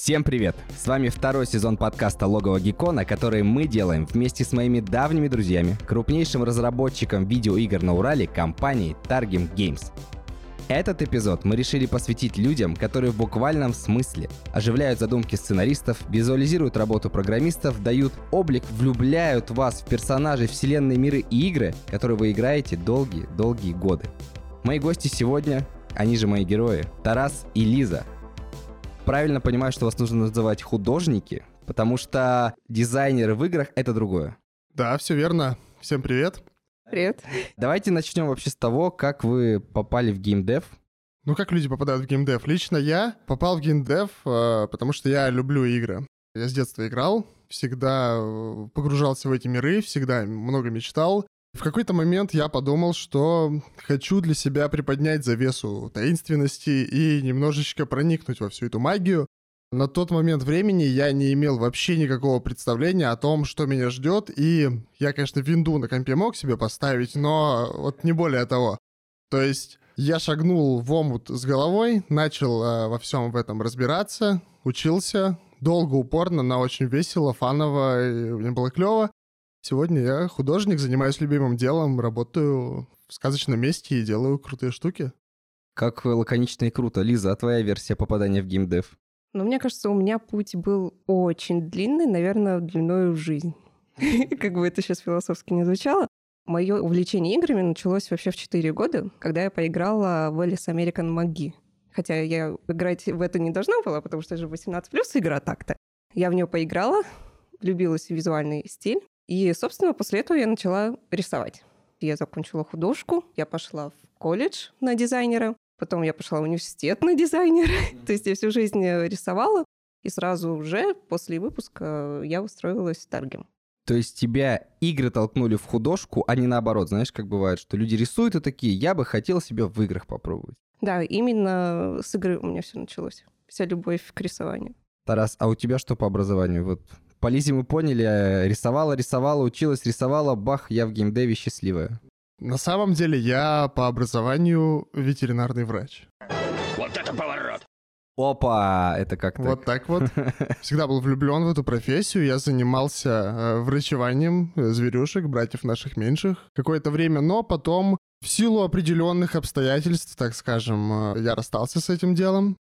Всем привет! С вами второй сезон подкаста «Логово Гикона», который мы делаем вместе с моими давними друзьями, крупнейшим разработчиком видеоигр на Урале компанией Targim Games. Этот эпизод мы решили посвятить людям, которые в буквальном смысле оживляют задумки сценаристов, визуализируют работу программистов, дают облик, влюбляют вас в персонажей, вселенной, миры и игры, которые вы играете долгие годы. Мои гости сегодня, они же мои герои, Тарас и Лиза. Правильно понимаю, что вас нужно называть художники, потому что дизайнеры в играх — это другое. Да, все верно. Всем привет. Привет. Давайте начнем вообще с того, как вы попали в геймдев. Ну, как люди попадают в геймдев? Лично я попал в геймдев, потому что я люблю игры. Я с детства играл, всегда погружался в эти миры, всегда много мечтал. В какой-то момент я подумал, что хочу для себя приподнять завесу таинственности и немножечко проникнуть во всю эту магию. На тот момент времени я не имел вообще никакого представления о том, что меня ждет, и я, конечно, винду на компе мог себе поставить, но вот не более того. То есть я шагнул в омут с головой, начал во всем в этом разбираться, учился, долго, упорно, но очень весело, фаново, и мне было клево. Сегодня я художник, занимаюсь любимым делом, работаю в сказочном месте и делаю крутые штуки. Как лаконично и круто. Лиза, а твоя версия попадания в геймдев? Но мне кажется, у меня путь был очень длинный, наверное, длиною в жизнь. Как бы это сейчас философски не звучало. Мое увлечение играми началось вообще в 4 года, когда я поиграла в Alice American McGee. Хотя я играть в это не должна была, потому что это же 18+ игра так-то. Я в нее поиграла, влюбилась в визуальный стиль. И, собственно, после этого я начала рисовать. Я закончила художку, я пошла в колледж на дизайнера, потом я пошла в университет на дизайнера. То есть я всю жизнь рисовала, и сразу уже после выпуска я устроилась в Targim. То есть тебя игры толкнули в художку, а не наоборот. Знаешь, как бывает, что люди рисуют и такие, я бы хотел себя в играх попробовать. Да, именно с игры у меня все началось. Вся любовь к рисованию. Тарас, а у тебя что по образованию? Вот по Лизе мы поняли, рисовала, училась, рисовала, бах, я в геймдеве счастливая. На самом деле я по образованию ветеринарный врач. Вот это поворот! Опа, это как так? Вот так вот. Всегда был влюблен в эту профессию. Я занимался врачеванием зверюшек, братьев наших меньших, какое-то время, но потом в силу определенных обстоятельств, так скажем, я расстался с этим делом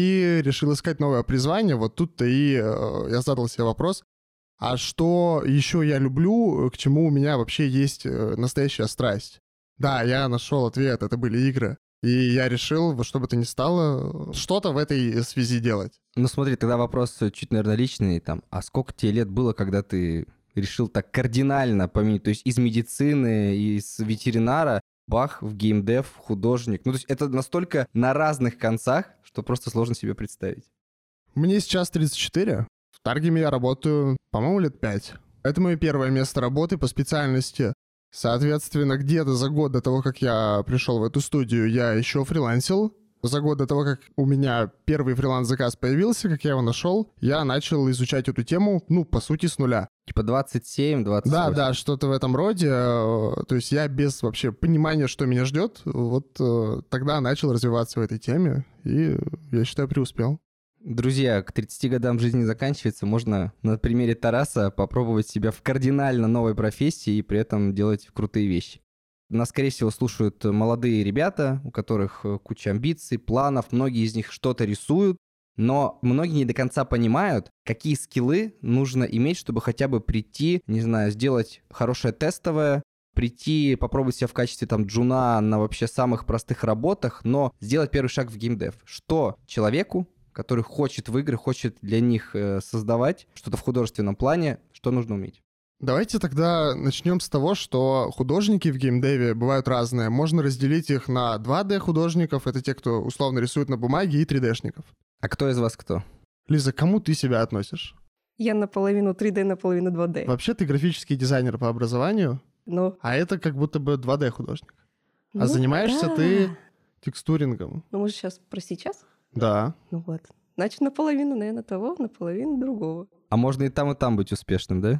и решил искать новое призвание. Вот тут-то и я задал себе вопрос, а что еще я люблю, к чему у меня вообще есть настоящая страсть? Да, я нашел ответ, это были игры. И я решил, во что бы то ни стало, что-то в этой связи делать. Ну смотри, тогда вопрос чуть, наверное, личный. Там, а сколько тебе лет было, когда ты решил так кардинально поменять? То есть из медицины, из ветеринара, бах, в геймдев, художник. Ну то есть это настолько на разных концах, что просто сложно себе представить. Мне сейчас 34. В Таргиме я работаю, по-моему, лет 5. Это мое первое место работы по специальности. Соответственно, где-то за год до того, как я пришел в эту студию, я еще фрилансил. За год до того, как у меня первый фриланс-заказ появился, как я его нашел, я начал изучать эту тему, по сути, с нуля. Типа 27, 28. Да, что-то в этом роде. То есть я без вообще понимания, что меня ждет, вот тогда начал развиваться в этой теме, и я считаю, преуспел. Друзья, к 30 годам жизни заканчивается, можно на примере Тараса попробовать себя в кардинально новой профессии и при этом делать крутые вещи. Нас, скорее всего, слушают молодые ребята, у которых куча амбиций, планов, многие из них что-то рисуют, но многие не до конца понимают, какие скиллы нужно иметь, чтобы хотя бы прийти, не знаю, сделать хорошее тестовое, прийти, попробовать себя в качестве джуна на вообще самых простых работах, но сделать первый шаг в геймдев. Что человеку, который хочет в игры, хочет для них создавать что-то в художественном плане, что нужно уметь? Давайте тогда начнем с того, что художники в геймдеве бывают разные. Можно разделить их на 2D-художников, это те, кто условно рисует на бумаге, и 3D-шников. А кто из вас кто? Лиза, к кому ты себя относишь? Я наполовину 3D, наполовину 2D. Вообще ты графический дизайнер по образованию, Ну, а это как будто бы 2D-художник. ну А занимаешься да. ты текстурингом. Ну, мы же сейчас про сейчас? Да. Ну вот. Значит, наполовину, наверное, того, наполовину другого. А можно и там быть успешным, да?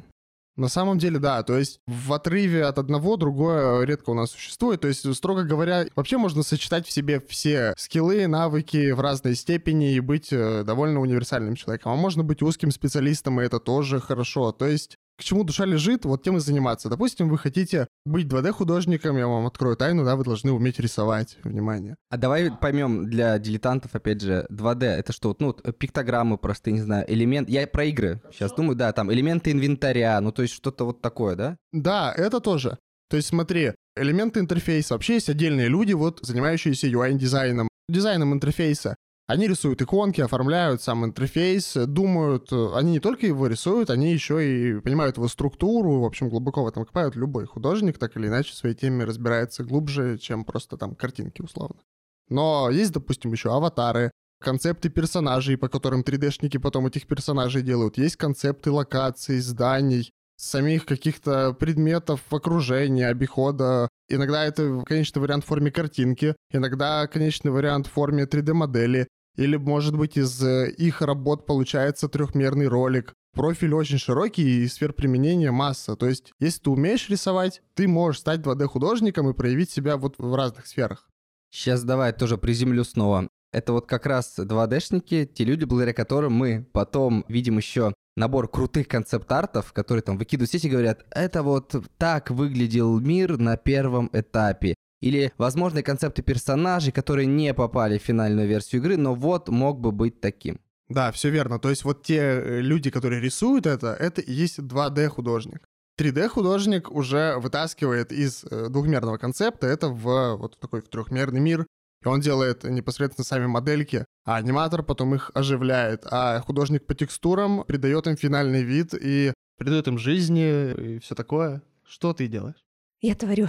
На самом деле, да, то есть в отрыве от одного другое редко у нас существует. То есть, строго говоря, вообще можно сочетать в себе все скиллы, навыки в разной степени и быть довольно универсальным человеком. А можно быть узким специалистом, и это тоже хорошо. То есть к чему душа лежит, вот тем и заниматься. Допустим, вы хотите быть 2D-художником, я вам открою тайну, да, вы должны уметь рисовать. Внимание. А давай поймем для дилетантов, опять же, 2D, это что, ну, пиктограммы простые, не знаю, элемент, я про игры сейчас думаю, да, там элементы инвентаря, ну, то есть что-то вот такое, да? Да, это тоже. То есть смотри, элементы интерфейса. Вообще есть отдельные люди, вот, занимающиеся UI-дизайном, дизайном интерфейса. Они рисуют иконки, оформляют сам интерфейс, думают, они не только его рисуют, они еще и понимают его структуру, в общем, глубоко в этом копают. Любой художник так или иначе в своей теме разбирается глубже, чем просто там картинки условно. Но есть, допустим, еще аватары, концепты персонажей, по которым 3D-шники потом этих персонажей делают. Есть концепты локаций, зданий, самих каких-то предметов окружения, обихода. Иногда это конечный вариант в форме картинки, иногда конечный вариант в форме 3D-модели. Или, может быть, из их работ получается трехмерный ролик. Профиль очень широкий и сфер применения масса. То есть, если ты умеешь рисовать, ты можешь стать 2D-художником и проявить себя вот в разных сферах. Сейчас давай тоже приземлю снова. Это вот как раз 2D-шники, те люди, благодаря которым мы потом видим еще набор крутых концепт-артов, которые там выкидывают сети и говорят, это вот так выглядел мир на первом этапе. Или возможные концепты персонажей, которые не попали в финальную версию игры, но вот мог бы быть таким. Да, все верно. То есть вот те люди, которые рисуют это и есть 2D-художник. 3D-художник уже вытаскивает из двухмерного концепта это в вот такой трехмерный мир, и он делает непосредственно сами модельки, а аниматор потом их оживляет, а художник по текстурам придает им финальный вид и придает им жизни и все такое. Что ты делаешь? Я творю.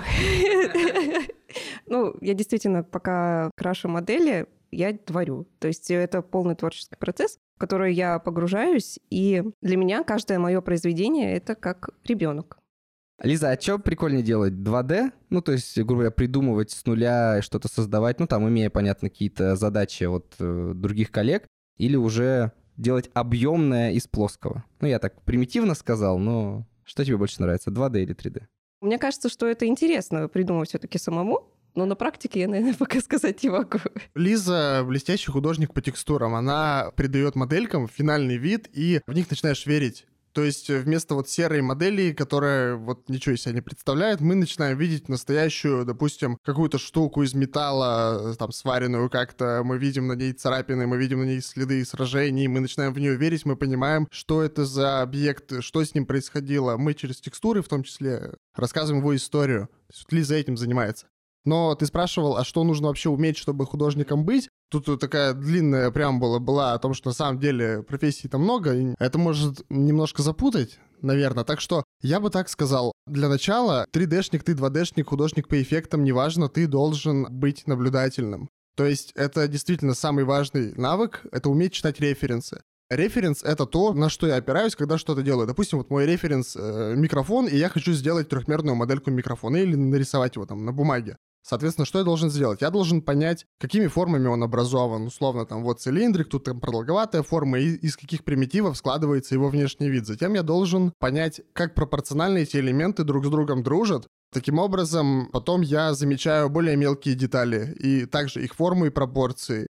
Ну, я действительно, пока крашу модели, я творю. То есть это полный творческий процесс, в который я погружаюсь, и для меня каждое мое произведение — это как ребенок. Лиза, а что прикольнее делать? 2D? Ну, то есть, грубо говоря, придумывать с нуля, что-то создавать, ну, там, имея, понятно, какие-то задачи от других коллег, или уже делать объемное из плоского? Ну, я так примитивно сказал, но что тебе больше нравится, 2D или 3D? Мне кажется, что это интересно придумать все-таки самому, но на практике я, наверное, пока сказать не могу. Лиза блестящий художник по текстурам. Она придает моделькам финальный вид, и в них начинаешь верить. То есть вместо вот серой модели, которая вот ничего из себя не представляет, мы начинаем видеть настоящую, допустим, какую-то штуку из металла, там, сваренную как-то, мы видим на ней царапины, мы видим на ней следы сражений, мы начинаем в нее верить, мы понимаем, что это за объект, что с ним происходило. Мы через текстуры, в том числе, рассказываем его историю. То есть вот Лиза этим занимается. Но ты спрашивал, а что нужно вообще уметь, чтобы художником быть? Тут такая длинная преамбула была о том, что на самом деле профессий-то много, и это может немножко запутать, наверное. Так что я бы так сказал, для начала 3D-шник, ты 2D-шник, художник по эффектам, неважно, ты должен быть наблюдательным. То есть это действительно самый важный навык, это уметь читать референсы. Референс — это то, на что я опираюсь, когда что-то делаю. Допустим, вот мой референс микрофон, и я хочу сделать трехмерную модельку микрофона или нарисовать его там на бумаге. Соответственно, что я должен сделать? Я должен понять, какими формами он образован. Условно, там вот цилиндрик, тут там продолговатая форма, и из каких примитивов складывается его внешний вид. Затем я должен понять, как пропорционально эти элементы друг с другом дружат. Таким образом, потом я замечаю более мелкие детали, и также их формы и пропорции.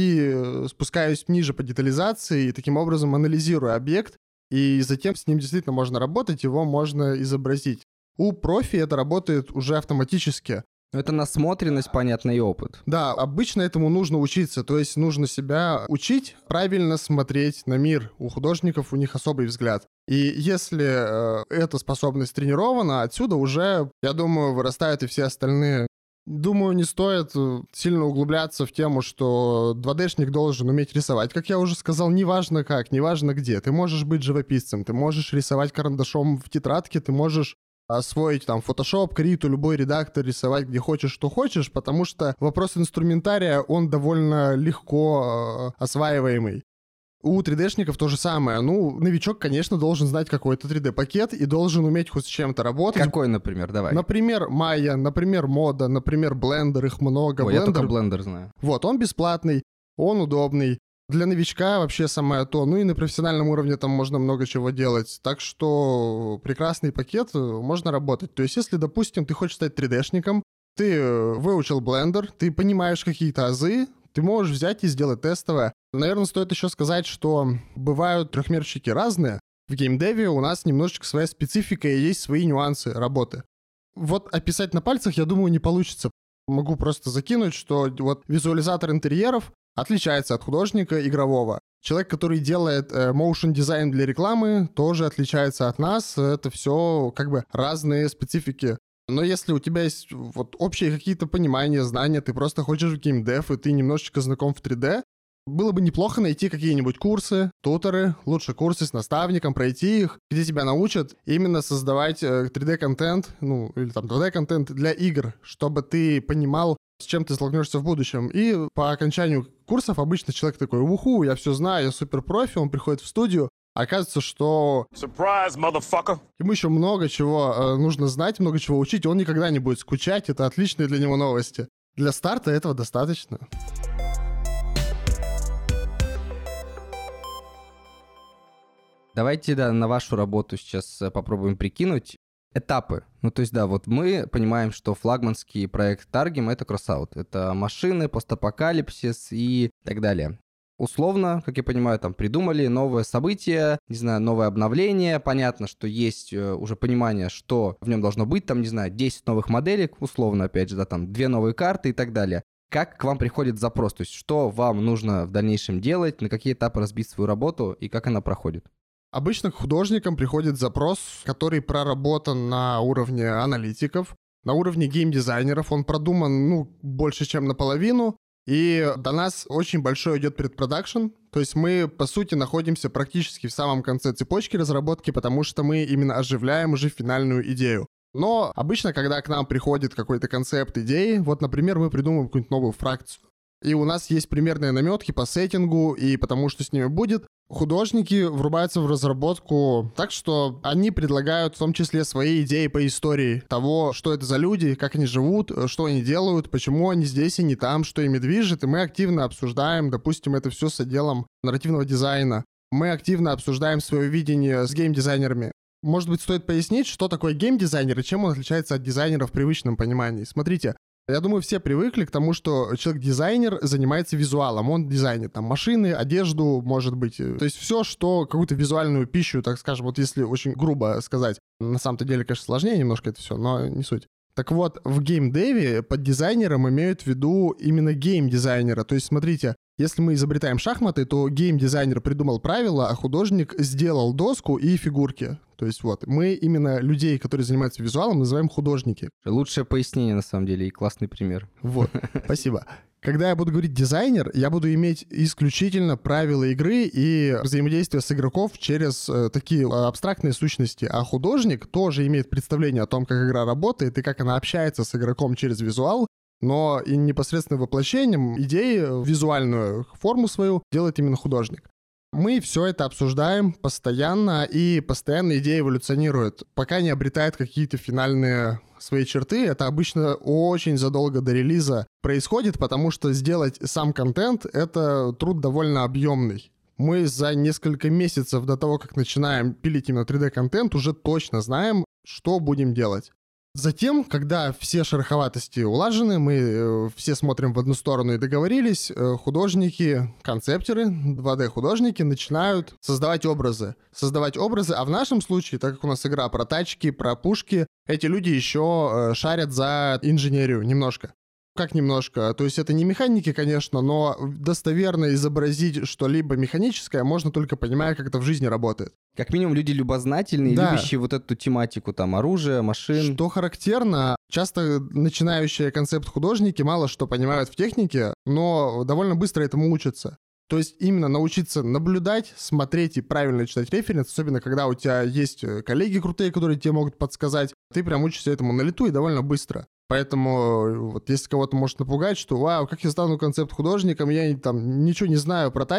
И спускаюсь ниже по детализации, и таким образом анализирую объект, и затем с ним действительно можно работать, его можно изобразить. У профи это работает уже автоматически. Это насмотренность, понятно, и опыт. Да, обычно этому нужно учиться, то есть нужно себя учить правильно смотреть на мир. У художников у них особый взгляд. И если эта способность тренирована, отсюда уже, я думаю, вырастают и все остальные. Думаю, не стоит сильно углубляться в тему, что 2D-шник должен уметь рисовать. Как я уже сказал, неважно как, неважно где. Ты можешь быть живописцем, ты можешь рисовать карандашом в тетрадке, ты можешь освоить там Photoshop, Krita, любой редактор, рисовать где хочешь, что хочешь, потому что вопрос инструментария, он довольно легко осваиваемый. У 3D-шников то же самое. Ну, новичок, конечно, должен знать какой-то 3D-пакет и должен уметь хоть с чем-то работать. Какой, например? Давай. Например, Maya, например, Moda, например, Blender, их много. Ой, Blender, я только Blender знаю. вот, он бесплатный, он удобный. Для новичка вообще самое то. Ну и на профессиональном уровне там можно много чего делать. Так что прекрасный пакет, можно работать. То есть если, допустим, ты хочешь стать 3D-шником, ты выучил Blender, ты понимаешь какие-то азы, ты можешь взять и сделать тестовое. Наверное, стоит еще сказать, что бывают трехмерщики разные. В геймдеве у нас немножечко своя специфика и есть свои нюансы работы. Вот описать на пальцах, я думаю, не получится. Могу просто закинуть, что вот визуализатор интерьеров отличается от художника игрового. Человек, который делает motion дизайн для рекламы, тоже отличается от нас. Это все как бы разные специфики. Но если у тебя есть вот общие какие-то понимания, знания, ты просто хочешь в геймдев, и ты немножечко знаком в 3D, было бы неплохо найти какие-нибудь курсы, туторы, лучше курсы с наставником, пройти их, где тебя научат именно создавать 3D-контент, ну, или там 2D-контент для игр, чтобы ты понимал, с чем ты столкнешься в будущем. И по окончанию курсов обычно человек такой: уху, я все знаю, я суперпрофи, он приходит в студию, оказывается, что Surprise, motherfucker! ему еще много чего нужно знать, много чего учить, он никогда не будет скучать, это отличные для него новости. Для старта этого достаточно. Давайте, да, на вашу работу сейчас попробуем прикинуть этапы. Ну, то есть, да, вот мы понимаем, что флагманский проект Targim — это кросс-аут. Это машины, постапокалипсис и так далее. Условно, как я понимаю, там придумали новое событие, не знаю, новое обновление. Понятно, что есть уже понимание, что в нем должно быть, там, не знаю, 10 новых моделек, условно, опять же, да, там 2 новые карты и так далее. Как к вам приходит запрос? То есть, что вам нужно в дальнейшем делать, на какие этапы разбить свою работу и как она проходит? Обычно к художникам приходит запрос, который проработан на уровне аналитиков, на уровне геймдизайнеров. Он продуман, ну, больше, чем наполовину. И до нас очень большой идет предпродакшн. То есть мы, по сути, находимся практически в самом конце цепочки разработки, потому что мы именно оживляем уже финальную идею. Но обычно, когда к нам приходит какой-то концепт идеи, вот, например, мы придумываем какую-нибудь новую фракцию, и у нас есть примерные наметки по сеттингу и потому, что с ними будет, художники врубаются в разработку так, что они предлагают в том числе свои идеи по истории того, что это за люди, как они живут, что они делают, почему они здесь и не там, что ими движет, и мы активно обсуждаем, допустим, это все с отделом нарративного дизайна. Мы активно обсуждаем свое видение с геймдизайнерами. Может быть, стоит пояснить, что такое геймдизайнер и чем он отличается от дизайнера в привычном понимании. Смотрите, я думаю, все привыкли к тому, что человек-дизайнер занимается визуалом, он дизайнит там машины, одежду, может быть, то есть все, что какую-то визуальную пищу, так скажем, вот если очень грубо сказать. На самом-то деле, конечно, сложнее немножко это все, но не суть. Так вот, в геймдеве под дизайнером имеют в виду именно геймдизайнера. То есть, смотрите, если мы изобретаем шахматы, то геймдизайнер придумал правила, а художник сделал доску и фигурки. То есть вот, мы именно людей, которые занимаются визуалом, называем художники. Лучшее пояснение, на самом деле, и классный пример. Вот, спасибо. Когда я буду говорить дизайнер, я буду иметь исключительно правила игры и взаимодействие с игроков через такие абстрактные сущности. А художник тоже имеет представление о том, как игра работает и как она общается с игроком через визуал, но и непосредственно воплощением идеи в визуальную форму свою делает именно художник. Мы все это обсуждаем постоянно, и постоянно идея эволюционирует, пока не обретает какие-то финальные свои черты. Это обычно очень задолго до релиза происходит, потому что сделать сам контент — это труд довольно объемный. Мы за несколько месяцев до того, как начинаем пилить именно 3D-контент, уже точно знаем, что будем делать. Затем, когда все шероховатости улажены, мы все смотрим в одну сторону и договорились, художники, концептеры, 2D-художники начинают создавать образы. А в нашем случае, так как у нас игра про тачки, про пушки, эти люди еще шарят за инженерию немножко. Как немножко? То есть это не механики, конечно, но достоверно изобразить что-либо механическое можно только понимая, как это в жизни работает. Как минимум люди любознательные, Да. любящие вот эту тематику, там, оружие, машин. Что характерно, часто начинающие концепт-художники мало что понимают в технике, но довольно быстро этому учатся. То есть именно научиться наблюдать, смотреть и правильно читать референс, особенно когда у тебя есть коллеги крутые, которые тебе могут подсказать, ты прям учишься этому на лету и довольно быстро. Поэтому вот если кого-то может напугать, что «Вау, как я стану концепт-художником, я там ничего не знаю про тачки»,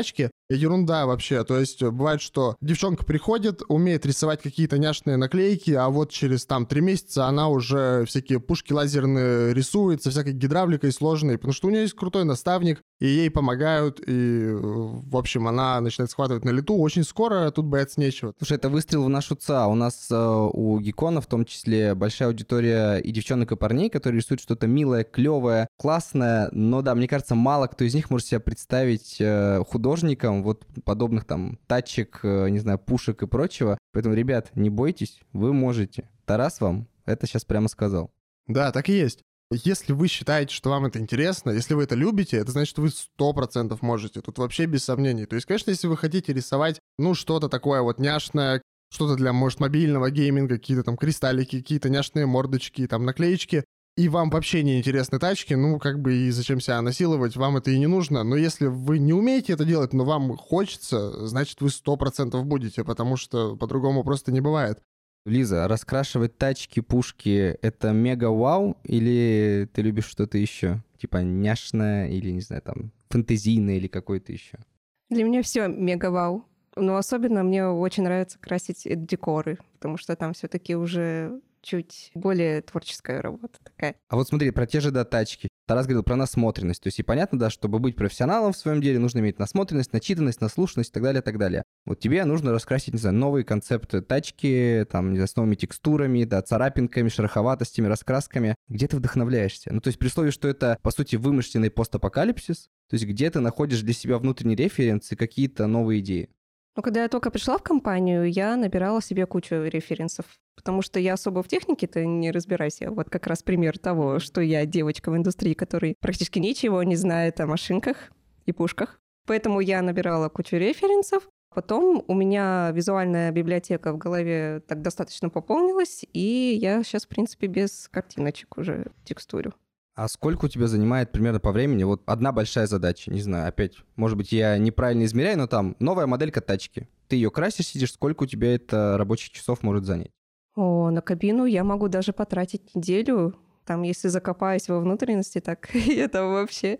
Ерунда вообще. То есть бывает, что девчонка приходит, умеет рисовать какие-то няшные наклейки, а вот через там 3 месяца она уже всякие пушки лазерные рисует со всякой гидравликой сложной, потому что у нее есть крутой наставник, и ей помогают, и, в общем, она начинает схватывать на лету. Очень скоро тут бояться нечего. Слушай, это выстрел в нашу ЦА. У нас у Гикона в том числе большая аудитория и девчонок, и парней, которые рисуют что-то милое, клевое, классное, но да, мне кажется, мало кто из них может себя представить художником вот подобных там тачек, не знаю, пушек и прочего. Поэтому, ребят, не бойтесь, вы можете. Тарас вам это сейчас прямо сказал. Да, так и есть. Если вы считаете, что вам это интересно, если вы это любите, это значит, что вы 100% можете. Тут вообще без сомнений. То есть, конечно, если вы хотите рисовать, ну, что-то такое вот няшное, что-то для, может, мобильного гейминга, какие-то там кристаллики, какие-то няшные мордочки, там наклеечки, и вам вообще не интересны тачки, ну, как бы и зачем себя насиловать, вам это и не нужно. Но если вы не умеете это делать, но вам хочется, значит, вы 100% будете, потому что по-другому просто не бывает. Лиза, раскрашивать тачки, пушки — это мега-вау, или ты любишь что-то еще? Типа няшное или, не знаю, там, фэнтезийное или какое-то еще? Для меня все мега-вау. Но особенно мне очень нравится красить декоры, потому что там все-таки уже чуть более творческая работа такая. А вот смотри, про те же, да, тачки. Тарас говорил про насмотренность. То есть и понятно, да, чтобы быть профессионалом в своем деле, нужно иметь насмотренность, начитанность, наслушанность и так далее, и так далее. Вот тебе нужно раскрасить, не знаю, новые концепты тачки, там, не знаю, с новыми текстурами, да, царапинками, шероховатостями, раскрасками. Где ты вдохновляешься? Ну, то есть при условии, что это, по сути, вымышленный постапокалипсис, то есть где ты находишь для себя внутренний референс и какие-то новые идеи? Ну, когда я только пришла в компанию, я набирала себе кучу референсов, потому что я особо в технике-то не разбираюсь. Я вот как раз пример того, что я девочка в индустрии, которая практически ничего не знает о машинках и пушках. Поэтому я набирала кучу референсов. Потом у меня визуальная библиотека в голове так достаточно пополнилась, и я сейчас, в принципе, без картиночек уже текстурю. А сколько у тебя занимает примерно по времени вот одна большая задача? Не знаю, опять, может быть, я неправильно измеряю, но там новая моделька тачки. Ты ее красишь, сидишь, сколько у тебя это рабочих часов может занять? На кабину я могу даже потратить неделю. Там, если закопаюсь во внутренности, так это вообще...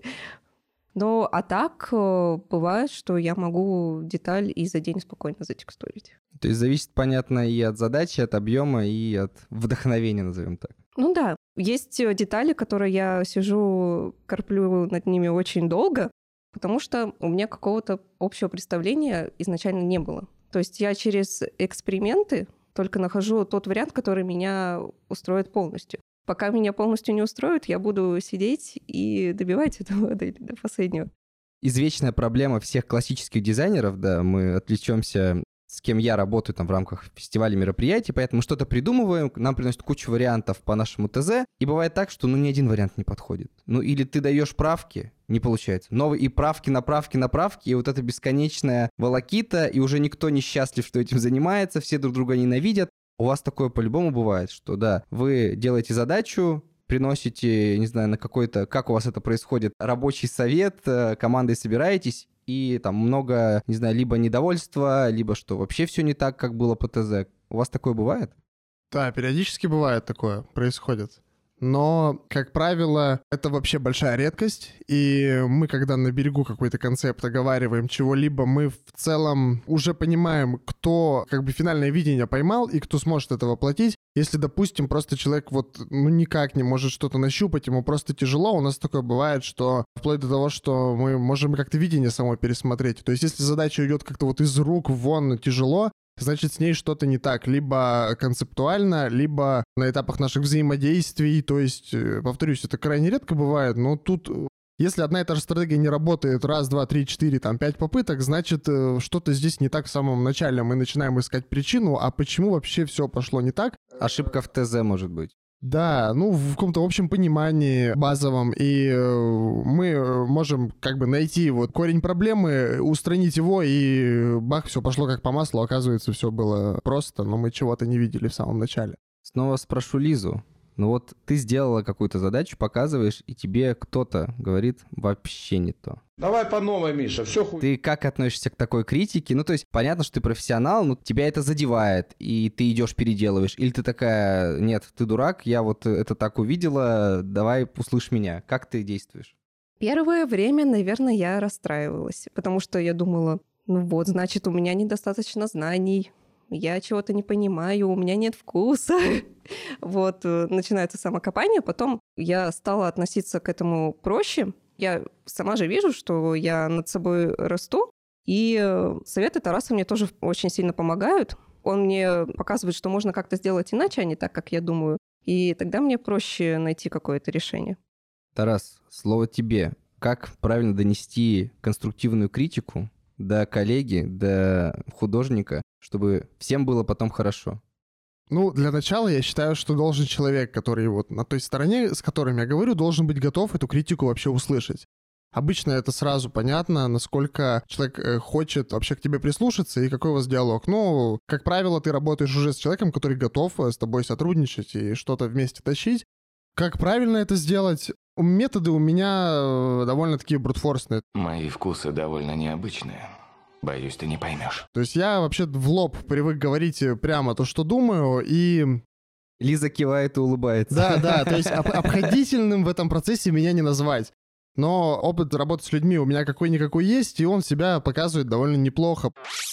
Ну, а так бывает, что я могу деталь и за день спокойно затекстурить. То есть зависит, понятно, и от задачи, от объема, и от вдохновения, назовем так. Ну да, есть детали, которые я сижу, корплю над ними очень долго, потому что у меня какого-то общего представления изначально не было. То есть я через эксперименты только нахожу тот вариант, который меня устроит полностью. Пока меня полностью не устроит, я буду сидеть и добивать эту модель до последнего. Извечная проблема всех классических дизайнеров, да, мы отвлечемся, с кем я работаю там в рамках фестиваля мероприятий, поэтому что-то придумываем, нам приносят кучу вариантов по нашему ТЗ, и бывает так, что ни один вариант не подходит. Ну или ты даешь правки, не получается. Новые и правки на правки на правки, и вот это бесконечная волокита, и уже никто не счастлив, что этим занимается, все друг друга ненавидят. У вас такое по-любому бывает, что да, вы делаете задачу, приносите, не знаю, на какой-то, как у вас это происходит, рабочий совет, командой собираетесь, и там много, не знаю, либо недовольства, либо что вообще все не так, как было по ТЗ. У вас такое бывает? Да, периодически бывает такое, происходит. Но, как правило, это вообще большая редкость, и мы, когда на берегу какой-то концепт оговариваем чего-либо, мы в целом уже понимаем, кто как бы финальное видение поймал и кто сможет это воплотить. Если, допустим, просто человек вот ну никак не может что-то нащупать, ему просто тяжело, у нас такое бывает, что вплоть до того, что мы можем как-то видение само пересмотреть. То есть если задача идет как-то вот из рук вон тяжело, значит, с ней что-то не так. Либо концептуально, либо на этапах наших взаимодействий. То есть, повторюсь, это крайне редко бывает, но тут, если одна и та же стратегия не работает раз, два, три, четыре, там, 5 попыток, значит, что-то здесь не так в самом начале. Мы начинаем искать причину, а почему вообще все пошло не так. Ошибка в ТЗ может быть. Да, ну, в каком-то общем понимании базовом, и мы можем как бы найти вот корень проблемы, устранить его, и бах, все пошло как по маслу, оказывается, все было просто, но мы чего-то не видели в самом начале. Снова спрошу Лизу. Ну вот ты сделала какую-то задачу, показываешь, и тебе кто-то говорит вообще не то. Давай по новой, Миша, все хуй. Ты как относишься к такой критике? Ну, то есть, понятно, что ты профессионал, но тебя это задевает, и ты идешь переделываешь. Или ты такая, нет, ты дурак, я вот это так увидела, давай услышь меня. Как ты действуешь? Первое время, наверное, я расстраивалась, потому что я думала, Ну вот, значит, у меня недостаточно знаний, я чего-то не понимаю, у меня нет вкуса. Вот, начинается самокопание, потом я стала относиться к этому проще. Я сама же вижу, что я над собой расту, и советы Тараса мне тоже очень сильно помогают. Он мне показывает, что можно как-то сделать иначе, а не так, как я думаю. И тогда мне проще найти какое-то решение. Тарас, слово тебе. Как правильно донести конструктивную критику до коллеги, до художника, чтобы всем было потом хорошо? Ну, для начала я считаю, что должен человек, который вот на той стороне, с которым я говорю, должен быть готов эту критику вообще услышать. Обычно это сразу понятно, насколько человек хочет вообще к тебе прислушаться и какой у вас диалог. Ну, как правило, ты работаешь уже с человеком, который готов с тобой сотрудничать и что-то вместе тащить. Как правильно это сделать? Методы у меня довольно-таки брутфорсные. Мои вкусы довольно необычные. Боюсь, ты не поймешь. То есть я вообще в лоб привык говорить прямо то, что думаю, и... Лиза кивает и улыбается. Да, то есть обходительным в этом процессе меня не назвать. Но опыт работы с людьми у меня какой-никакой есть, и он себя показывает довольно неплохо.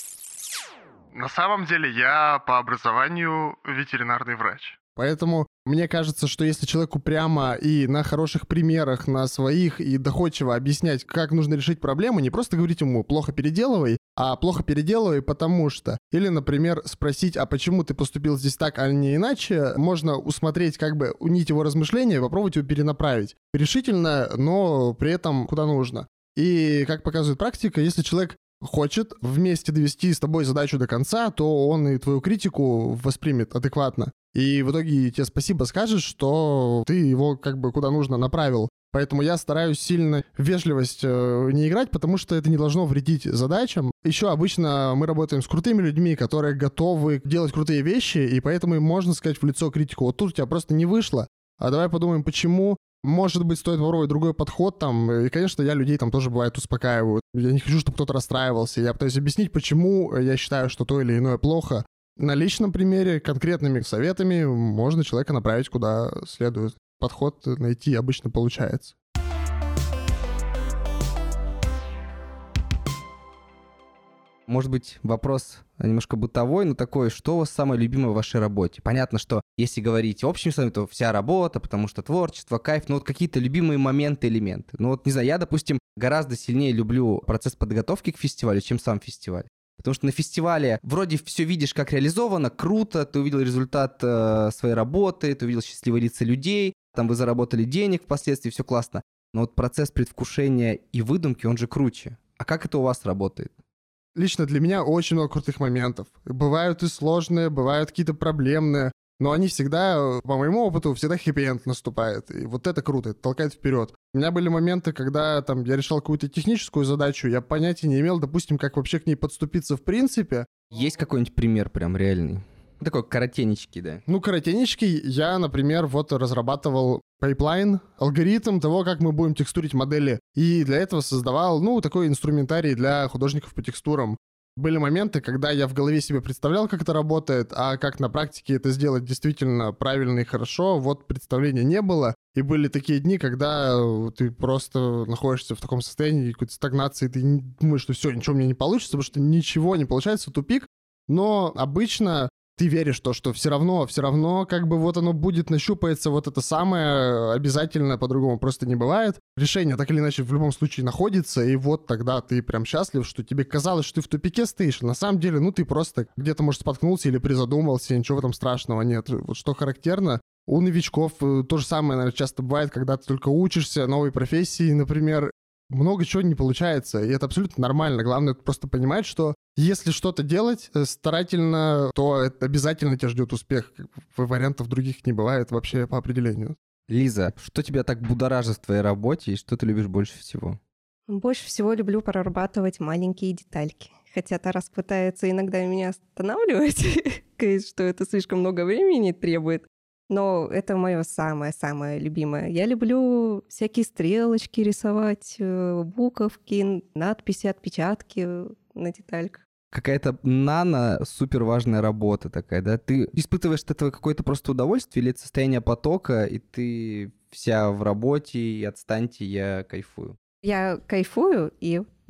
На самом деле я по образованию ветеринарный врач. Поэтому мне кажется, что если человеку прямо и на хороших примерах, на своих, и доходчиво объяснять, как нужно решить проблему, не просто говорить ему «плохо переделывай», а «плохо переделывай, потому что». Или, например, спросить «а почему ты поступил здесь так, а не иначе?» Можно усмотреть как бы нить его размышления и попробовать его перенаправить. Решительно, но при этом куда нужно. И, как показывает практика, если человек хочет вместе довести с тобой задачу до конца, то он и твою критику воспримет адекватно. И в итоге тебе спасибо скажет, что ты его как бы куда нужно направил. Поэтому я стараюсь сильно в вежливость не играть, потому что это не должно вредить задачам. Еще обычно мы работаем с крутыми людьми, которые готовы делать крутые вещи, и поэтому им можно сказать в лицо критику: вот тут у тебя просто не вышло, а давай подумаем, почему. Может быть, стоит попробовать другой подход там. И, конечно, я людей там тоже, бывает, успокаиваю. Я не хочу, чтобы кто-то расстраивался. Я пытаюсь объяснить, почему я считаю, что то или иное плохо. На личном примере, конкретными советами можно человека направить куда следует. Подход найти обычно получается. Может быть, вопрос немножко бытовой, но такой: что у вас самое любимое в вашей работе? Понятно, что если говорить общим словом, то вся работа, потому что творчество, кайф, но вот какие-то любимые моменты, элементы. Ну вот, не знаю, я, допустим, гораздо сильнее люблю процесс подготовки к фестивалю, чем сам фестиваль. Потому что на фестивале вроде все видишь, как реализовано, круто, ты увидел результат своей работы, ты увидел счастливые лица людей, там вы заработали денег впоследствии, все классно. Но вот процесс предвкушения и выдумки, он же круче. А как это у вас работает? Лично для меня очень много крутых моментов. Бывают и сложные, бывают какие-то проблемные, но они всегда, по моему опыту, всегда хэппи-энд наступает. И вот это круто, это толкает вперед. У меня были моменты, когда там я решал какую-то техническую задачу, я понятия не имел, допустим, как вообще к ней подступиться в принципе. Есть какой-нибудь пример прям реальный? Такой коротенечкий, да. Ну, коротенечкий. Я, например, вот разрабатывал пайплайн, алгоритм того, как мы будем текстурить модели. И для этого создавал, ну, такой инструментарий для художников по текстурам. Были моменты, когда я в голове себе представлял, как это работает, а как на практике это сделать действительно правильно и хорошо, вот представления не было. И были такие дни, когда ты просто находишься в таком состоянии какой-то стагнации, ты думаешь, что все, ничего у меня не получится, потому что ничего не получается, тупик. Но обычно ты веришь в то, что все равно, как бы вот оно будет, нащупается, вот это самое, обязательно по-другому просто не бывает. Решение так или иначе в любом случае находится, и вот тогда ты прям счастлив, что тебе казалось, что ты в тупике стоишь. На самом деле, ну ты просто где-то, может, споткнулся или призадумался, ничего в этом страшного нет. Вот что характерно, у новичков то же самое, наверное, часто бывает, когда ты только учишься новой профессии, например, много чего не получается, и это абсолютно нормально. Главное просто понимать, что если что-то делать старательно, то это обязательно тебя ждет успех. Вариантов других не бывает вообще по определению. Лиза, что тебя так будоражит в твоей работе и что ты любишь больше всего? Больше всего люблю прорабатывать маленькие детальки. Хотя Тарас пытается иногда меня останавливать, говорит, что это слишком много времени требует. Но это мое самое-самое любимое. Я люблю всякие стрелочки рисовать, буковки, надписи, отпечатки на детальках. Какая-то супер важная работа такая, да? Ты испытываешь от этого какое-то просто удовольствие или это состояние потока, и ты вся в работе, и отстаньте, я кайфую? Я кайфую, и да,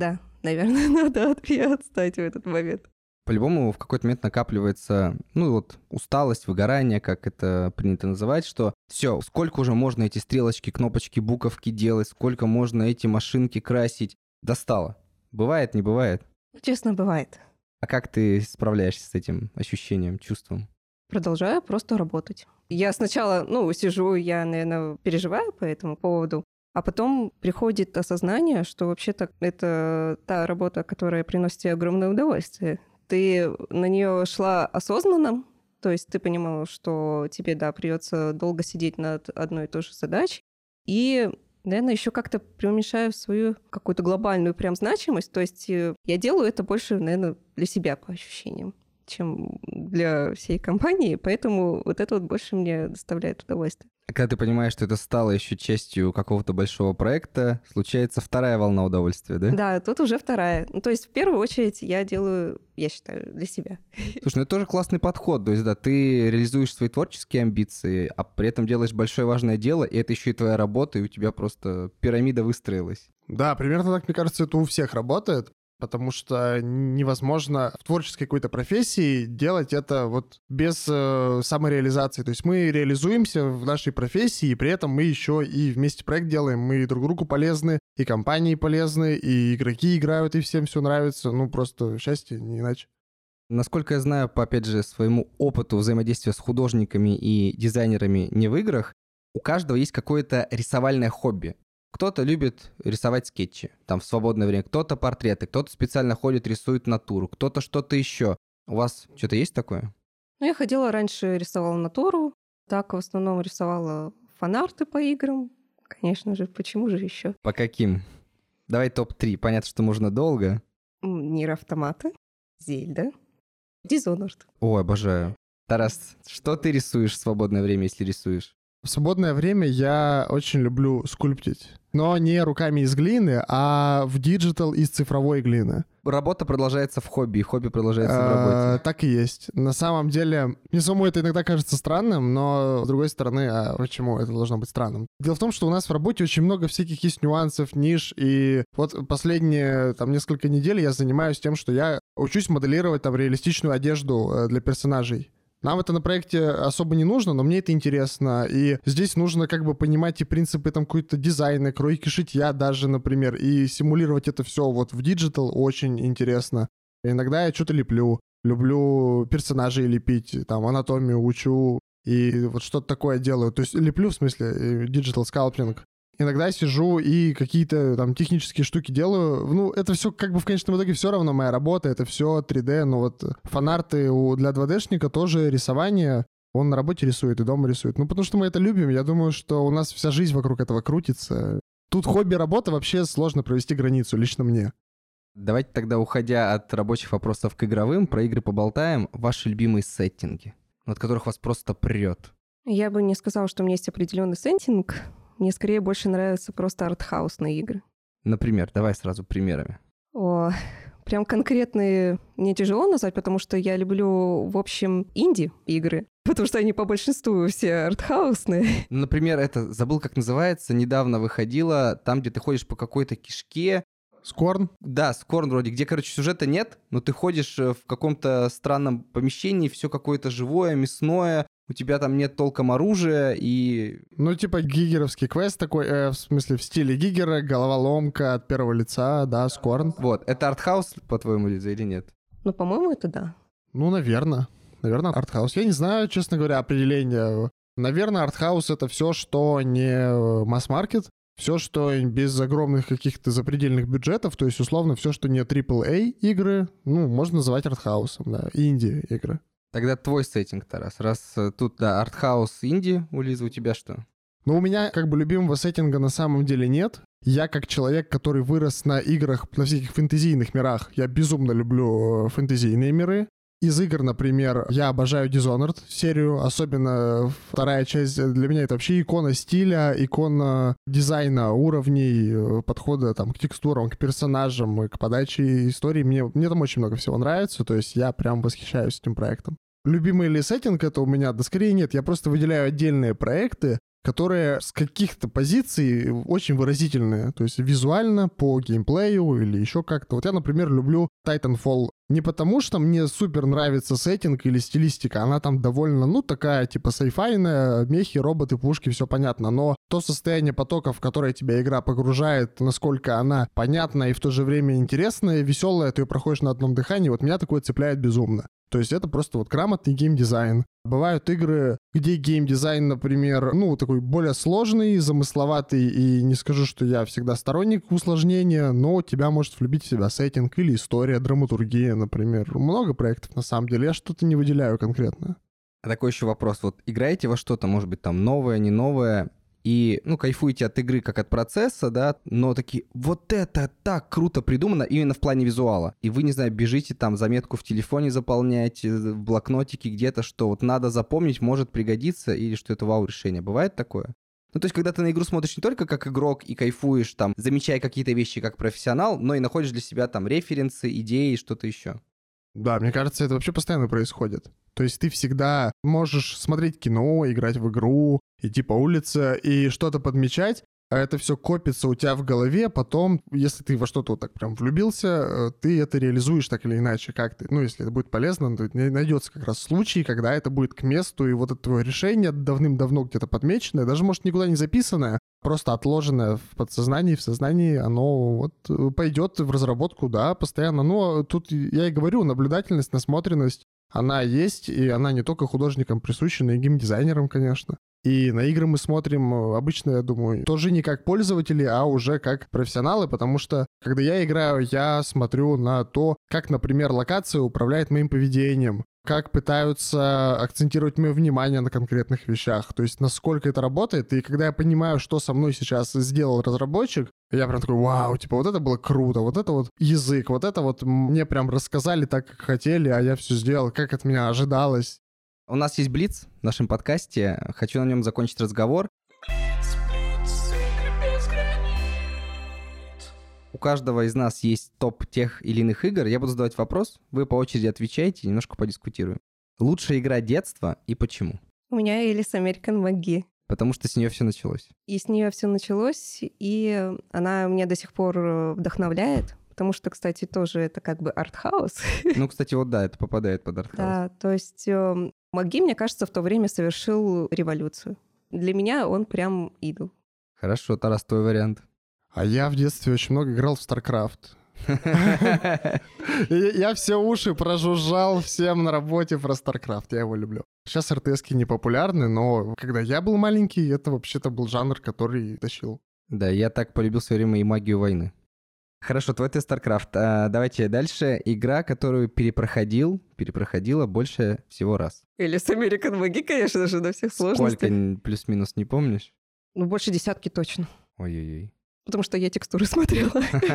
наверное, надо отстать в этот момент. По-любому в какой-то момент накапливается, усталость, выгорание, как это принято называть, что все, сколько уже можно эти стрелочки, кнопочки, буковки делать, сколько можно эти машинки красить. Достало. Бывает, не бывает? Честно, бывает. А как ты справляешься с этим ощущением, чувством? Продолжаю просто работать. Я сначала, сижу, я, наверное, переживаю по этому поводу, а потом приходит осознание, что вообще-то это та работа, которая приносит тебе огромное удовольствие. Ты на нее шла осознанно, то есть ты понимала, что тебе, придется долго сидеть над одной и той же задачей. И, наверное, еще как-то преуменьшаю свою какую-то глобальную прям значимость. То есть я делаю это больше, наверное, для себя по ощущениям, чем для всей компании, поэтому вот это вот больше мне доставляет удовольствие. А когда ты понимаешь, что это стало еще частью какого-то большого проекта, случается вторая волна удовольствия, да? Да, тут уже вторая. То есть в первую очередь я делаю, я считаю, для себя. Слушай, это тоже классный подход. То есть, ты реализуешь свои творческие амбиции, а при этом делаешь большое важное дело, и это еще и твоя работа, и у тебя просто пирамида выстроилась. Да, примерно так, мне кажется, это у всех работает. Потому что невозможно в творческой какой-то профессии делать это вот без самореализации. То есть мы реализуемся в нашей профессии, и при этом мы еще и вместе проект делаем, мы друг другу полезны, и компании полезны, и игроки играют, и всем все нравится. Просто счастье, не иначе. Насколько я знаю, по, опять же, своему опыту взаимодействия с художниками и дизайнерами не в играх, у каждого есть какое-то рисовальное хобби. Кто-то любит рисовать скетчи, в свободное время, кто-то портреты, кто-то специально ходит, рисует натуру, кто-то что-то еще. У вас что-то есть такое? Я ходила раньше, рисовала натуру, так в основном рисовала фанарты по играм. Конечно же, почему же еще? По каким? Давай топ-3, понятно, что можно долго. Нир Автомата, Зельда, Dishonored. Ой, обожаю. Тарас, что ты рисуешь в свободное время, если рисуешь? В свободное время я очень люблю скульптить. Но не руками из глины, а в диджитал из цифровой глины. Работа продолжается в хобби, и хобби продолжается в работе. Так и есть. На самом деле, мне самому это иногда кажется странным, но с другой стороны, а почему это должно быть странным? Дело в том, что у нас в работе очень много всяких есть нюансов, ниш, и вот последние несколько недель я занимаюсь тем, что я учусь моделировать реалистичную одежду для персонажей. Нам это на проекте особо не нужно, но мне это интересно. И здесь нужно понимать и принципы какой-то дизайна, кройки шитья даже, например, и симулировать это все вот в диджитал очень интересно. Иногда я что-то леплю. Люблю персонажей лепить, анатомию учу и вот что-то такое делаю. То есть леплю, в смысле, диджитал скальпинг. Иногда сижу и какие-то технические штуки делаю. Это все в конечном итоге все равно моя работа, это все 3D. Но вот фанарты для 2D-шника тоже рисование. Он на работе рисует и дома рисует. Потому что мы это любим. Я думаю, что у нас вся жизнь вокруг этого крутится. Тут хобби-работа вообще сложно провести границу, лично мне. Давайте тогда, уходя от рабочих вопросов к игровым, про игры поболтаем. Ваши любимые сеттинги, от которых вас просто прет. Я бы не сказала, что у меня есть определенный сеттинг. Мне скорее больше нравятся просто артхаусные игры. Например, давай сразу примерами. Прям конкретные мне тяжело назвать, потому что я люблю, в общем, инди-игры. Потому что они по большинству все артхаусные. Например, забыл, как называется, недавно выходила, там, где ты ходишь по какой-то кишке. Скорн? Да, Скорн вроде, где, сюжета нет, но ты ходишь в каком-то странном помещении, все какое-то живое, мясное, у тебя там нет толком оружия и... гигеровский квест такой, в смысле, в стиле Гигера, головоломка от первого лица, да, Скорн. Вот, это артхаус, по-твоему, или нет? По-моему, это да. Наверное. Наверное, артхаус. Я не знаю, честно говоря, определение. Наверное, артхаус — это все, что не масс-маркет, все, что без огромных каких-то запредельных бюджетов, то есть, условно, все, что не AAA игры, можно называть артхаусом, да, инди-игры. Тогда твой сеттинг, Тарас. Раз тут, да, артхаус, инди, у Лизы, у тебя что? У меня любимого сеттинга на самом деле нет. Я как человек, который вырос на играх, на всяких фэнтезийных мирах, я безумно люблю фэнтезийные миры. Из игр, например, я обожаю Dishonored серию, особенно вторая часть. Для меня это вообще икона стиля, икона дизайна уровней, подхода к текстурам, к персонажам, к подаче истории. Мне там очень много всего нравится, то есть я прям восхищаюсь этим проектом. Любимый ли сеттинг это у меня? Да скорее нет, я просто выделяю отдельные проекты, которые с каких-то позиций очень выразительные. То есть визуально, по геймплею или еще как-то. Вот я, например, люблю Titanfall не потому, что мне супер нравится сеттинг или стилистика. Она там довольно, ну, такая, типа, сайфайная, мехи, роботы, пушки, все понятно. Но то состояние потока, в которое тебя игра погружает, насколько она понятная и в то же время интересная, веселая, ты ее проходишь на одном дыхании, вот меня такое цепляет безумно. То есть это просто вот грамотный геймдизайн. Бывают игры, где геймдизайн, например, ну, такой более сложный, замысловатый, и не скажу, что я всегда сторонник усложнения, но тебя может влюбить в себя сеттинг или история, драматургия, например. Много проектов, на самом деле, я что-то не выделяю конкретно. А такой еще вопрос. Вот играете во что-то, может быть, там новое, не новое, и, ну, кайфуете от игры как от процесса, да, но такие, вот это так круто придумано именно в плане визуала. И вы, не знаю, бежите там заметку в телефоне заполнять, в блокнотике где-то, что вот надо запомнить, может пригодиться, или что это вау-решение. Бывает такое? Ну, то есть, когда ты на игру смотришь не только как игрок и кайфуешь, там, замечая какие-то вещи как профессионал, но и находишь для себя там референсы, идеи, что-то еще. Да, мне кажется, это вообще постоянно происходит. То есть ты всегда можешь смотреть кино, играть в игру, идти по улице и что-то подмечать, а это все копится у тебя в голове, потом, если ты во что-то вот так прям влюбился, ты это реализуешь так или иначе, как ты. Ну, если это будет полезно, то найдется как раз случай, когда это будет к месту, и вот это твое решение давным-давно где-то подмеченное, даже, может, никуда не записанное, просто отложенное в подсознании, в сознании, оно вот пойдет в разработку, да, постоянно. Но тут я и говорю, наблюдательность, насмотренность, она есть, и она не только художникам присуща, но и геймдизайнерам, конечно. И на игры мы смотрим обычно, я думаю, тоже не как пользователи, а уже как профессионалы, потому что, когда я играю, я смотрю на то, как, например, локация управляет моим поведением, как пытаются акцентировать мое внимание на конкретных вещах, то есть насколько это работает. И когда я понимаю, что со мной сейчас сделал разработчик, я прям такой, вау, типа вот это было круто, вот это вот язык, вот это вот мне прям рассказали так, как хотели, а я все сделал, как от меня ожидалось. У нас есть блиц в нашем подкасте. Хочу на нем закончить разговор. У каждого из нас есть топ тех или иных игр. Я буду задавать вопрос, вы по очереди отвечаете, немножко подискутируем. Лучшая игра детства и почему? У меня Alice American McGee. Потому что с нее все началось. И с нее все началось, и она меня до сих пор вдохновляет. Потому что, кстати, тоже это как бы артхаус. Ну, кстати, вот да, это попадает под артхаус. Да, то есть McGee, мне кажется, в то время совершил революцию. Для меня он прям идол. Хорошо, Тарас, твой вариант. А я в детстве очень много играл в StarCraft. Я все уши прожужжал всем на работе про StarCraft, я его люблю. Сейчас РТС-ки не популярны, но когда я был маленький, это вообще-то был жанр, который тащил. Да, я так полюбил в свое время и магию войны. Хорошо, твой тест StarCraft. Давайте дальше. Игра, которую перепроходила больше всего раз. Alice American McGee, конечно же, на всех сложностях. Сколько, плюс-минус, не помнишь? Ну, больше 10 точно. Ой-ой-ой. Потому что я текстуры смотрела.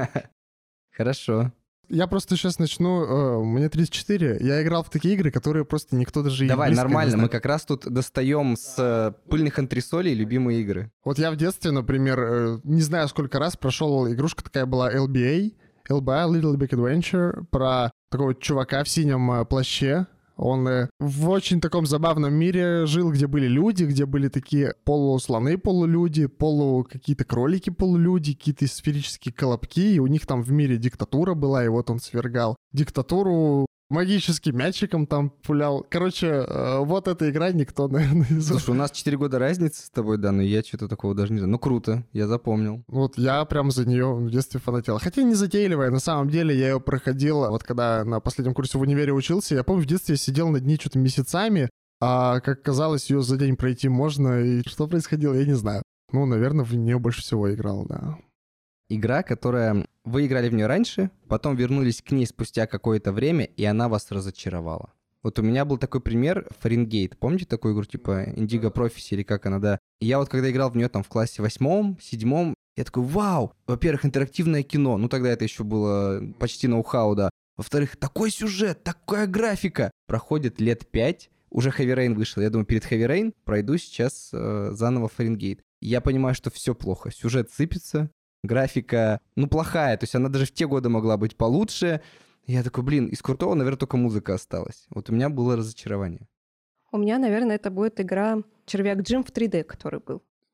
Хорошо. Я просто сейчас начну. Мне 34. Я играл в такие игры, которые просто никто даже и Давай, близко не нормально. знает. Мы как раз тут достаем с пыльных антресолей любимые игры. Вот я в детстве, например, не знаю, сколько раз прошел игрушка такая была LBA, Little Big Adventure, про такого чувака в синем плаще. Он в очень таком забавном мире жил, где были люди, где были такие полуслоны полулюди, какие-то кролики полулюди, какие-то сферические колобки, и у них там в мире диктатура была, и вот он свергал диктатуру, магическим мячиком там пулял. Короче, вот эта игра никто, наверное, не знает. Слушай, у нас 4 года разницы с тобой, да, но я что-то такого даже не знаю. Ну, круто, я запомнил. Вот я прям за нее в детстве фанател. Хотя не затейливая, на самом деле я ее проходил, вот когда на последнем курсе в универе учился, я помню, в детстве я сидел над ней что-то месяцами, а как казалось, ее за день пройти можно, и что происходило, я не знаю. Ну, наверное, в нее больше всего играл, да. Игра, которая... Вы играли в нее раньше, потом вернулись к ней спустя какое-то время, и она вас разочаровала. Вот у меня был такой пример, Фаренгейт. Помните такую игру, типа Indigo Prophecy или как она, да? И я вот когда играл в нее там в классе 8-м, 7-м, я такой, вау! Во-первых, интерактивное кино. Ну, тогда это еще было почти ноу-хау, да. Во-вторых, такой сюжет, такая графика. Проходит лет 5, уже Heavy Rain вышел. Я думаю, перед Heavy Rain пройду сейчас заново Фаренгейт. Я понимаю, что все плохо. Сюжет сыпется, графика, ну, плохая. То есть она даже в те годы могла быть получше. Я такой, блин, из крутого, наверное, только музыка осталась. Вот у меня было разочарование. У меня, наверное, это будет игра «Червяк Джим» в 3D, который был.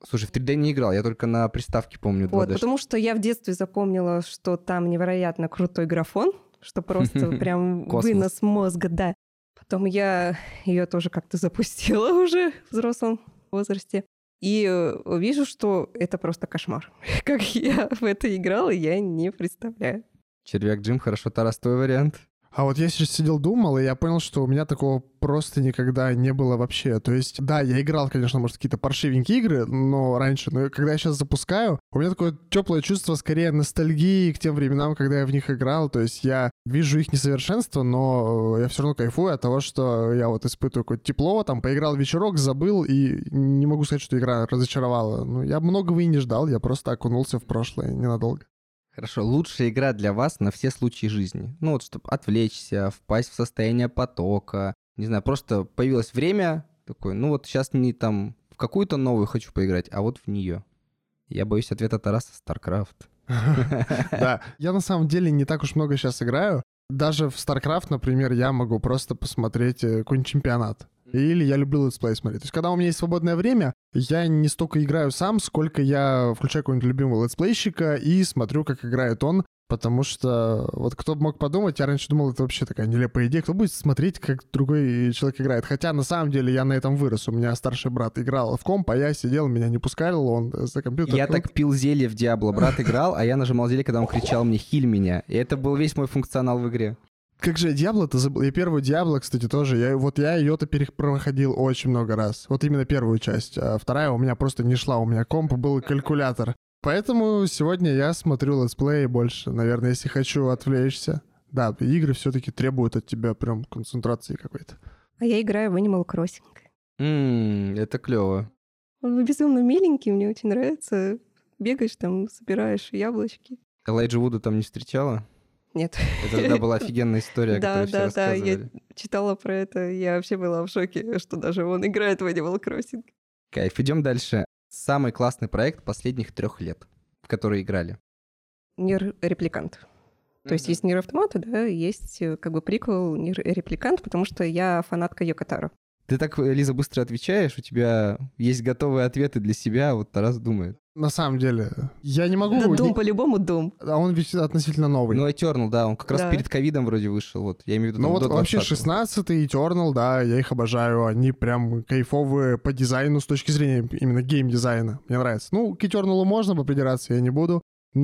Слушай, в 3D не играл, я только на приставке помню 2D. Вот, потому что я в детстве запомнила, что там невероятно крутой графон, что просто прям вынос мозга, да. Потом я ее тоже как-то запустила уже в взрослом возрасте. И вижу, что это просто кошмар. Как я в это играла, я не представляю. Червяк Джим, хорошо, Тарас, твой вариант? А вот я сейчас сидел, думал, и я понял, что у меня такого просто никогда не было вообще. То есть, да, я играл, конечно, может, какие-то паршивенькие игры, но раньше, но когда я сейчас запускаю, у меня такое теплое чувство, скорее, ностальгии к тем временам, когда я в них играл. То есть я вижу их несовершенство, но я все равно кайфую от того, что я вот испытываю какое-то тепло, там, поиграл вечерок, забыл, и не могу сказать, что игра разочаровала. Ну, я многого и не ждал, я просто окунулся в прошлое ненадолго. Хорошо, лучшая игра для вас на все случаи жизни. Ну вот, чтобы отвлечься, впасть в состояние потока. Не знаю, просто появилось время, такой, ну вот сейчас не там в какую-то новую хочу поиграть, а вот в нее. Я боюсь ответа Тараса — StarCraft. Да, я на самом деле не так уж много сейчас играю. Даже в StarCraft, например, я могу просто посмотреть какой-нибудь чемпионат. Или я люблю летсплей смотреть. То есть, когда у меня есть свободное время, я не столько играю сам, сколько я включаю какого-нибудь любимого летсплейщика и смотрю, как играет он. Потому что, вот кто бы мог подумать, я раньше думал, это вообще такая нелепая идея. Кто будет смотреть, как другой человек играет? Хотя, на самом деле, я на этом вырос. У меня старший брат играл в комп, а я сидел, меня не пускали, он за компьютер. Я так пил зелье в Диабло. Брат играл, а я нажимал зелье, когда он кричал мне «хиль меня». И это был весь мой функционал в игре. Как же я Диабло-то забыл? Я первую Диабло, кстати, тоже. Я ее-то проходил очень много раз. Вот именно первую часть. А вторая у меня просто не шла. У меня комп был калькулятор. Поэтому сегодня я смотрю летсплеи больше. Наверное, если хочу отвлечься. Да, игры все-таки требуют от тебя прям концентрации какой-то. А я играю в Animal Crossing. Это клево. Он безумно миленький, мне очень нравится. Бегаешь там, собираешь яблочки. Элайджа Вуда там не встречала? Нет. Это тогда была офигенная история, которую все рассказывали. Я читала про это, я вообще была в шоке, что даже он играет в Animal Crossing. Кайф, идем дальше. Самый классный проект последних 3 лет, в который играли. Нир Репликант. То есть есть Нир Автомата, да, есть как бы приквел Нир Репликант, потому что я фанатка Йоко Таро. Ты так, Лиза, быстро отвечаешь, у тебя есть готовые ответы для себя, а вот Тарас думает. На самом деле, я не могу... Да, Doom, по-любому Doom. А он ведь относительно новый. Ну, Eternal, да, он как раз перед ковидом вроде вышел, вот, я имею в виду, Ну, вот до вообще 20-го. 16-й Eternal, да, я их обожаю, они прям кайфовые по дизайну с точки зрения именно гейм-дизайна, мне нравится. Ну, к Eternal можно попридираться, я не буду,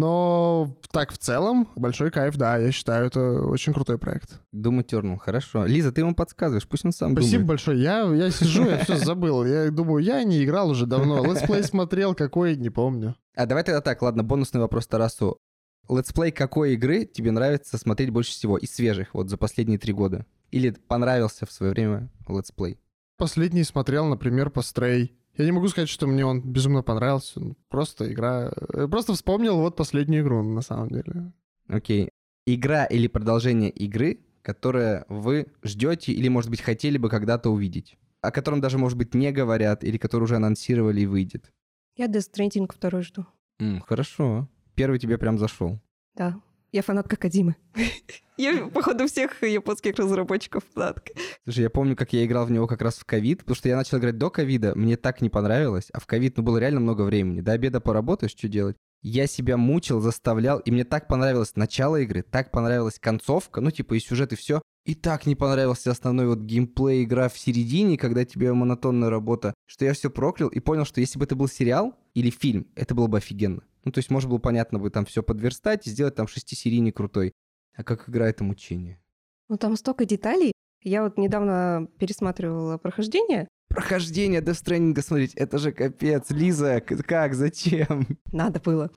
но так в целом большой кайф, да, я считаю, это очень крутой проект. Doom Eternal, хорошо. Лиза, ты ему подсказываешь, пусть он сам Спасибо думает. большое, я сижу, я все забыл, я думаю, я не играл уже давно, летсплей смотрел, какой, не помню. А давай тогда так, ладно, бонусный вопрос Тарасу. Летсплей какой игры тебе нравится смотреть больше всего из свежих, вот за последние 3 года? Или понравился в свое время летсплей? Последний смотрел, например, по Stray. Я не могу сказать, что мне он безумно понравился. Просто игра... Просто вспомнил вот последнюю игру, на самом деле. Окей. Игра или продолжение игры, которое вы ждете или, может быть, хотели бы когда-то увидеть? О котором даже, может быть, не говорят, или который уже анонсировали и выйдет? Я Death Stranding 2 жду. Хорошо. Первый тебе прям зашел. Да. Я фанатка Кодзимы. Я, походу, всех японских разработчиков фанатка. Слушай, я помню, как я играл в него как раз в ковид, потому что я начал играть до ковида, мне так не понравилось, а в ковид, было реально много времени. До обеда поработаешь, что делать? Я себя мучил, заставлял, и мне так понравилось начало игры, так понравилась концовка, ну, типа, и сюжет, и все. И так не понравился основной вот геймплей, игра в середине, когда тебе монотонная работа, что я все проклял и понял, что если бы это был сериал или фильм, это было бы офигенно. Ну, то есть можно было, понятно, бы там все подверстать и сделать там 6-серийный крутой. А как игра — это мучение. Ну, там столько деталей. Я вот недавно пересматривала прохождение. Прохождение Death Stranding смотреть, это же капец. Лиза, как, зачем? Надо было.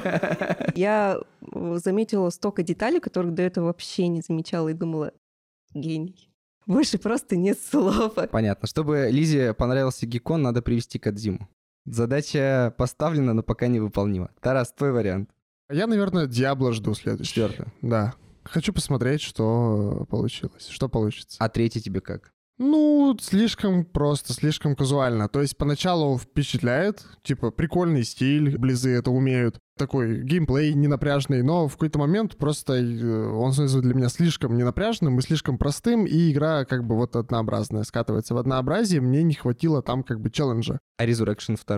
Я заметила столько деталей, которых до этого вообще не замечала, и думала, гений. Больше просто нет слов. Понятно. Чтобы Лизе понравился Геккон, надо привести Кодзиму. Задача поставлена, но пока невыполнима. Тарас, твой вариант. Я, наверное, Диабло жду следующий. 4. Да. Хочу посмотреть, что получилось, что получится. А 3 тебе как? Ну, слишком просто, слишком казуально. То есть поначалу впечатляет, типа, прикольный стиль, близы это умеют. Такой геймплей ненапряжный, но в какой-то момент просто он становится для меня слишком ненапряжным и слишком простым, и игра как бы вот однообразная, скатывается в однообразие, мне не хватило там как бы челленджа. А Resurrection 2?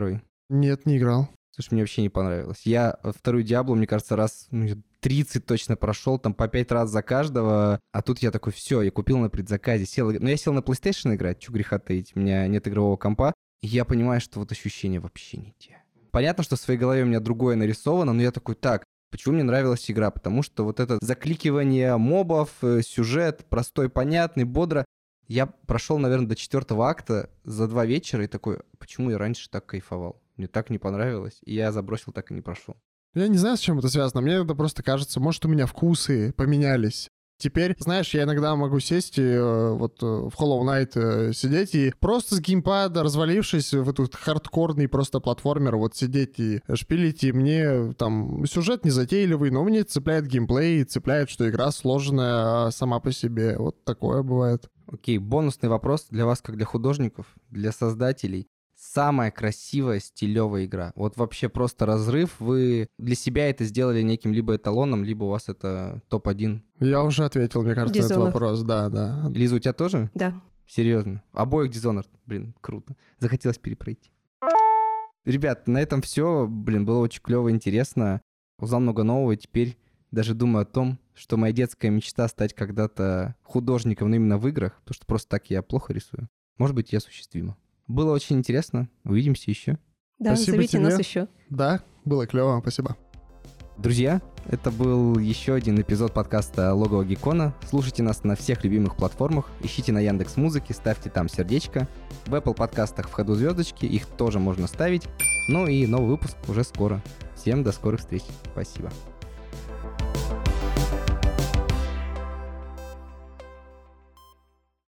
Нет, не играл. Слушай, мне вообще не понравилось. Я вторую Диаблу, мне кажется, раз 30 точно прошел, там по 5 раз за каждого. А тут я такой, все, я купил на предзаказе, сел. Ну, я сел на PlayStation играть, чё греха таить, у меня нет игрового компа. И я понимаю, что вот ощущения вообще не те. Понятно, что в своей голове у меня другое нарисовано, но я такой, так, почему мне нравилась игра? Потому что вот это закликивание мобов, сюжет простой, понятный, бодро. Я прошел, наверное, до 4-го акта за 2 вечера и такой, почему я раньше так кайфовал? Мне так не понравилось, и я забросил, так и не прошел. Я не знаю, с чем это связано. Мне это просто кажется, может, у меня вкусы поменялись. Теперь, знаешь, я иногда могу сесть и вот в Hollow Knight сидеть и просто с геймпада, развалившись в этот хардкорный просто платформер, вот сидеть и шпилить, и мне там сюжет незатейливый, но мне цепляет геймплей, цепляет, что игра сложная сама по себе. Вот такое бывает. Окей, бонусный вопрос для вас, как для художников, для создателей. Самая красивая стилевая игра. Вот вообще просто разрыв. Вы для себя это сделали неким либо эталоном, либо у вас это топ-1. Я уже ответил, мне кажется, на этот вопрос. Да. Лиза, у тебя тоже? Да. Серьезно? Обоих Dishonored. Блин, круто. Захотелось перепройти. Ребят, на этом все. Блин, было очень клево, интересно. Узнал много нового, и теперь даже думаю о том, что моя детская мечта стать когда-то художником, но именно в играх, потому что просто так я плохо рисую, может быть, и осуществимо. Было очень интересно. Увидимся еще. Да, спасибо зовите тебе. нас еще. Да, было клево, спасибо. Друзья, это был еще один эпизод подкаста «Логово Гикона». Слушайте нас на всех любимых платформах, ищите на Яндекс.Музыке, ставьте там сердечко. В Apple подкастах в ходу звездочки, их тоже можно ставить. Ну и новый выпуск уже скоро. Всем до скорых встреч. Спасибо.